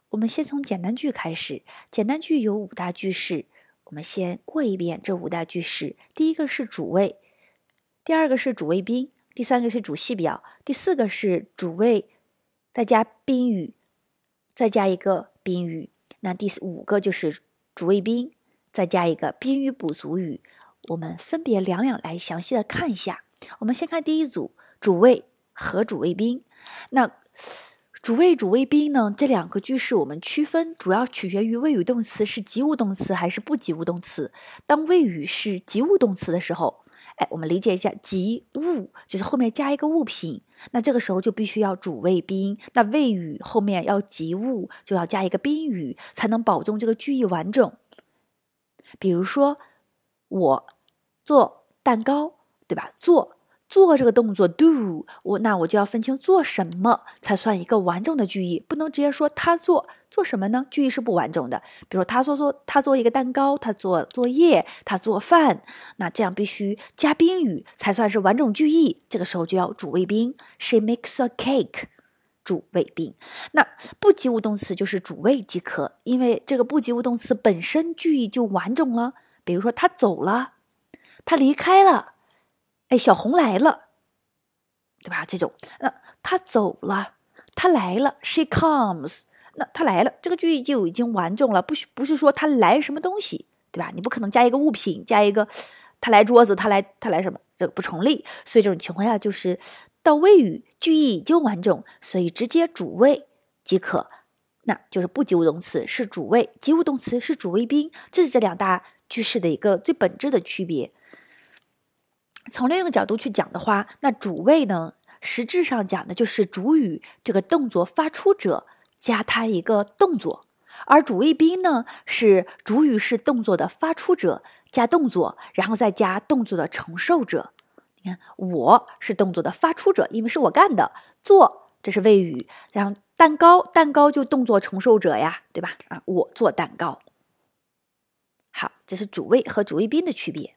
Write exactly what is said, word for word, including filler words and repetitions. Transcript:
我们先从简单句开始。简单句有五大句式，我们先过一遍这五大句式。第一个是主谓，第二个是主谓宾，第三个是主系表，第四个是主谓再加宾语，再加一个宾语。那第五个就是主谓宾，再加一个宾语补足语。我们分别两两来详细的看一下。我们先看第一组，主谓和主谓宾。那主谓主谓宾呢，这两个句式我们区分主要取决于谓语动词是及物动词还是不及物动词。当谓语是及物动词的时候，哎，我们理解一下，及物就是后面加一个物品，那这个时候就必须要主谓宾。那谓语后面要及物，就要加一个宾语，才能保证这个句意完整。比如说，我做蛋糕，对吧？做做这个动作 do， 我那我就要分清做什么才算一个完整的句意，不能直接说他做做什么呢？句意是不完整的。比如他做做他做一个蛋糕，他做作业，他做饭，那这样必须加宾语才算是完整句意。这个时候就要主谓宾。She makes a cake， 主谓宾。那不及物动词就是主谓即可，因为这个不及物动词本身句意就完整了。比如说他走了，他离开了。哎，小红来了，对吧？这种，那他走了，他来了 ，she comes， 那他来了，这个句意就已经完整了，不不是说他来什么东西，对吧？你不可能加一个物品，加一个他来桌子，他来他来什么，这个不成立。所以这种情况下就是到谓语句意已经完整，所以直接主谓即可。那就是不及物动词是主谓，及物动词是主谓宾，这是这两大句式的一个最本质的区别。从另一个角度去讲的话，那主谓呢，实质上讲的就是主语这个动作发出者加它一个动作，而主谓宾呢是主语是动作的发出者加动作，然后再加动作的承受者。你看，我是动作的发出者，因为是我干的，做这是谓语，然后蛋糕蛋糕就动作承受者呀，对吧？啊，我做蛋糕。好，这是主谓和主谓宾的区别。